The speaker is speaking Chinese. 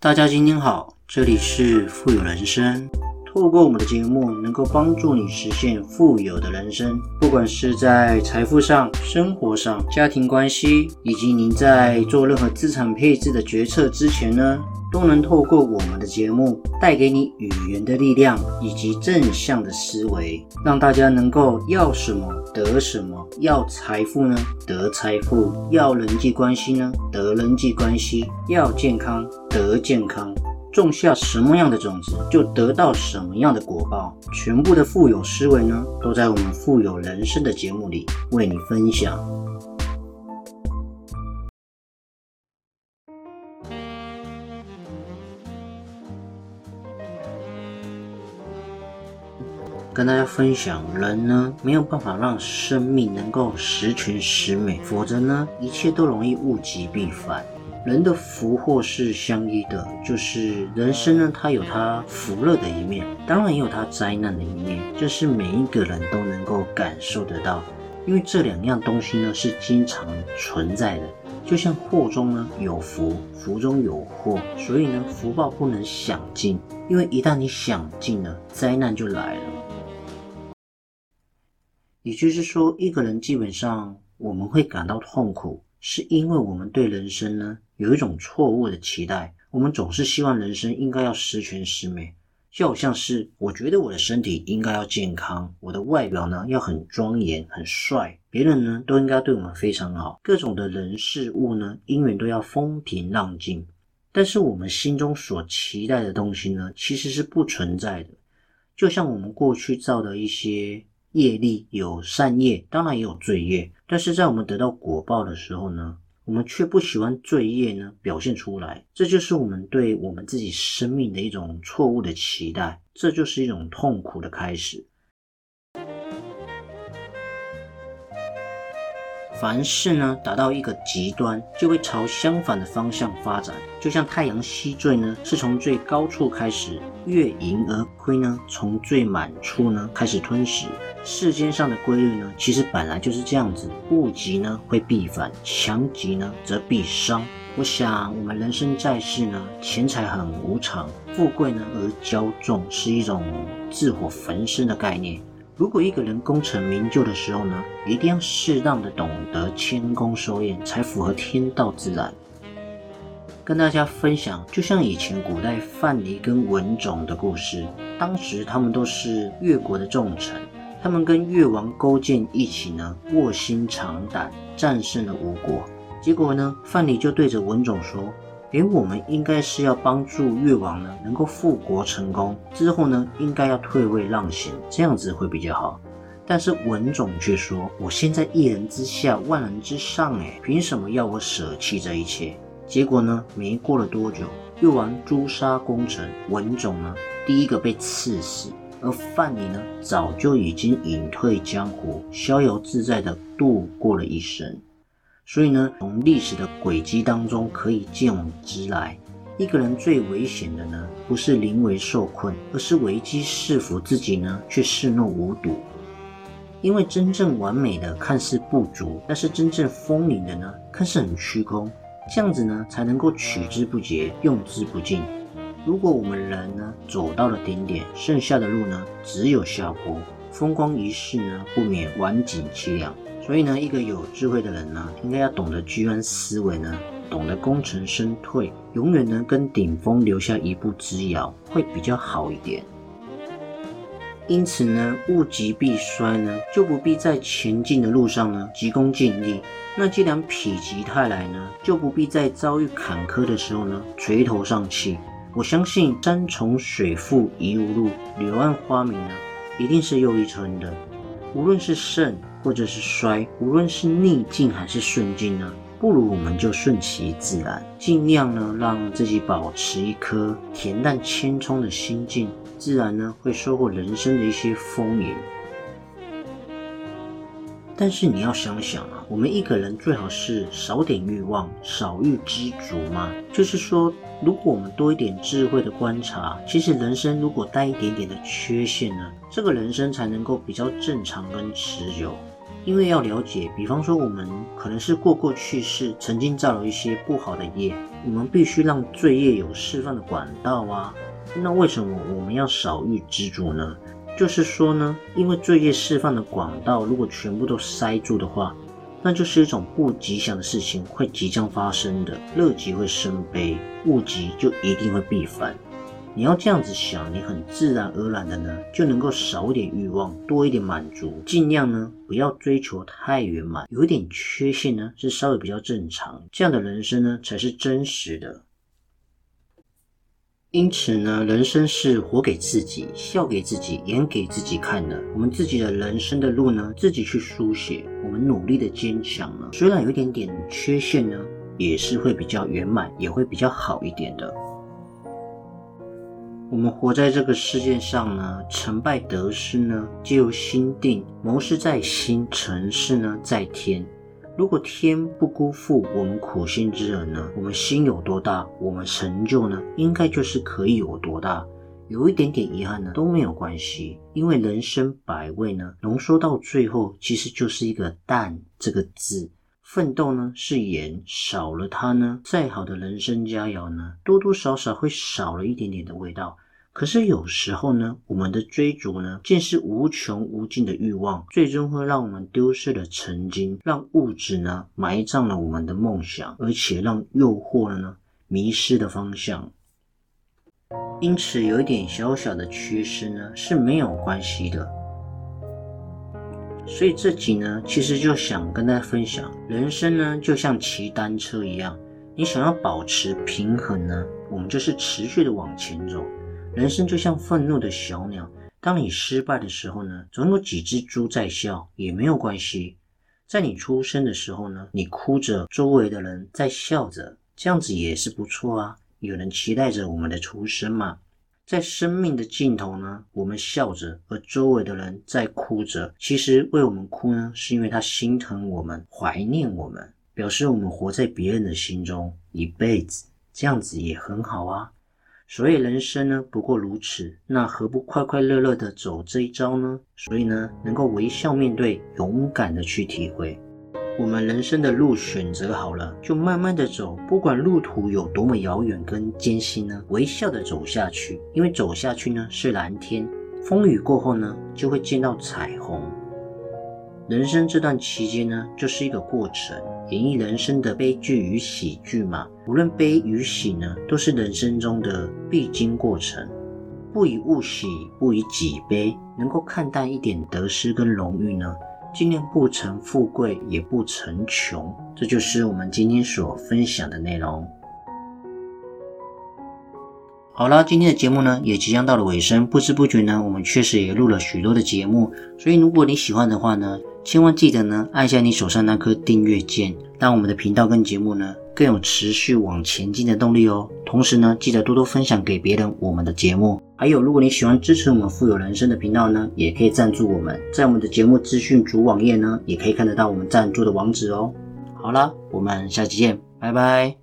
大家今天好，这里是富有人生。透过我们的节目，能够帮助你实现富有的人生，不管是在财富上、生活上、家庭关系，以及您在做任何资产配置的决策之前呢，都能透过我们的节目带给你语言的力量以及正向的思维，让大家能够要什么得什么，要财富呢得财富，要人际关系呢得人际关系，要健康得健康。种下什么样的种子，就得到什么样的果报。全部的富有思维呢，都在我们富有人生的节目里为你分享。跟大家分享，人呢没有办法让生命能够十全十美，否则呢一切都容易物极必反。人的福祸是相依的，就是人生呢，它有它福乐的一面，当然也有它灾难的一面，这是每一个人都能够感受得到。因为这两样东西呢是经常存在的，就像祸中呢有福，福中有祸，所以呢福报不能享尽，因为一旦你享尽了，灾难就来了。也就是说，一个人基本上我们会感到痛苦，是因为我们对人生呢有一种错误的期待，我们总是希望人生应该要十全十美，就好像是我觉得我的身体应该要健康，我的外表呢要很庄严很帅，别人呢都应该对我们非常好，各种的人事物呢因缘都要风平浪静。但是我们心中所期待的东西呢其实是不存在的，就像我们过去造的一些业力，有善业当然也有罪业，但是在我们得到果报的时候呢，我们却不喜欢罪业呢表现出来，这就是我们对我们自己生命的一种错误的期待，这就是一种痛苦的开始。凡事呢达到一个极端，就会朝相反的方向发展，就像太阳西坠呢是从最高处开始，月盈而亏呢从最满处呢开始吞噬。世间上的规律呢其实本来就是这样子，物极呢会必反，强极呢则必伤。我想我们人生在世呢，钱财很无常，富贵呢而骄纵，是一种自我焚身的概念。如果一个人功成名就的时候呢，一定要适当的懂得谦恭收敛，才符合天道自然。跟大家分享，就像以前古代范蠡跟文种的故事，当时他们都是越国的重臣，他们跟越王勾践一起呢卧薪尝胆，战胜了吴国。结果呢，范蠡就对着文种说，我们应该是要帮助越王呢能够复国成功，之后呢应该要退位让贤，这样子会比较好。但是文种却说，我现在一人之下万人之上，凭什么要我舍弃这一切？结果呢没过了多久，越王诛杀功臣，文种呢第一个被赐死，而范蠡呢早就已经隐退江湖，逍遥自在的度过了一生。所以呢，从历史的轨迹当中可以见我们知来，一个人最危险的呢，不是临危受困，而是危机四伏，自己呢却视若无睹。因为真正完美的看似不足，但是真正丰盈的呢，看似很虚空，这样子呢才能够取之不竭，用之不尽。如果我们人呢走到了顶点，剩下的路呢只有下坡，风光一世呢不免晚景凄凉。所以呢，一个有智慧的人呢，应该要懂得居安思危呢，懂得功成身退，永远呢跟顶峰留下一步之遥，会比较好一点。因此呢，物极必衰呢，就不必在前进的路上呢急功近利。那既然否极泰来呢，就不必在遭遇坎坷的时候呢垂头丧气。我相信山重水复疑无路，柳暗花明呢一定是又一村的。无论是盛或者是衰，无论是逆境还是顺境呢，不如我们就顺其自然，尽量呢让自己保持一颗恬淡谦冲的心境，自然呢会收获人生的一些丰盈。但是你要想想啊，我们一个人最好是少点欲望，少欲知足嘛。就是说，如果我们多一点智慧的观察，其实人生如果带一点点的缺陷呢，这个人生才能够比较正常跟持久。 因为要了解，比方说我们可能是过去世曾经造了一些不好的业，我们必须让罪业有释放的管道啊。那为什么我们要少欲知足呢？就是说呢，因为罪业释放的管道如果全部都塞住的话，那就是一种不吉祥的事情会即将发生的，乐极会生悲，恶极就一定会必反。你要这样子想，你很自然而然的呢，就能够少一点欲望，多一点满足，尽量呢不要追求太圆满，有一点缺陷呢是稍微比较正常，这样的人生呢才是真实的。因此呢，人生是活给自己，笑给自己，演给自己看的。我们自己的人生的路呢，自己去书写。我们努力的坚强呢，虽然有一点点缺陷呢，也是会比较圆满，也会比较好一点的。我们活在这个世界上呢，成败得失呢，皆由心定。谋事在心，成事呢在天。如果天不辜负我们苦心之人呢，我们心有多大，我们成就呢，应该就是可以有多大。有一点点遗憾呢，都没有关系，因为人生百味呢，浓缩到最后，其实就是一个淡这个字。奋斗呢是盐，少了它呢，再好的人生佳肴呢，多多少少会少了一点点的味道。可是有时候呢，我们的追逐呢，竟是无穷无尽的欲望，最终会让我们丢失了曾经，让物质呢埋葬了我们的梦想，而且让诱惑呢迷失的方向。因此有一点小小的缺失呢是没有关系的。所以这集呢，其实就想跟大家分享，人生呢就像骑单车一样，你想要保持平衡呢，我们就是持续的往前走。人生就像愤怒的小鸟，当你失败的时候呢，总有几只猪在笑，也没有关系。在你出生的时候呢，你哭着，周围的人在笑着，这样子也是不错啊，有人期待着我们的出生嘛。在生命的尽头呢，我们笑着，而周围的人在哭着。其实为我们哭呢，是因为他心疼我们，怀念我们，表示我们活在别人的心中一辈子，这样子也很好啊。所以人生呢不过如此，那何不快快乐乐的走这一招呢？所以呢，能够微笑面对，勇敢的去体会。我们人生的路选择好了，就慢慢的走，不管路途有多么遥远跟艰辛呢，微笑的走下去，因为走下去呢是蓝天，风雨过后呢就会见到彩虹。人生这段期间呢，就是一个过程，演绎人生的悲剧与喜剧嘛。无论悲与喜呢，都是人生中的必经过程。不以物喜，不以己悲，能够看淡一点得失跟荣誉呢，尽量不成富贵，也不成穷。这就是我们今天所分享的内容。好啦，今天的节目呢也即将到了尾声，不知不觉呢，我们确实也录了许多的节目，所以如果你喜欢的话呢，千万记得呢按下你手上那颗订阅键，让我们的频道跟节目呢更有持续往前进的动力哦。同时呢，记得多多分享给别人我们的节目。还有，如果你喜欢支持我们富有人生的频道呢，也可以赞助我们，在我们的节目资讯主网页呢，也可以看得到我们赞助的网址哦。好啦，我们下期见，拜拜。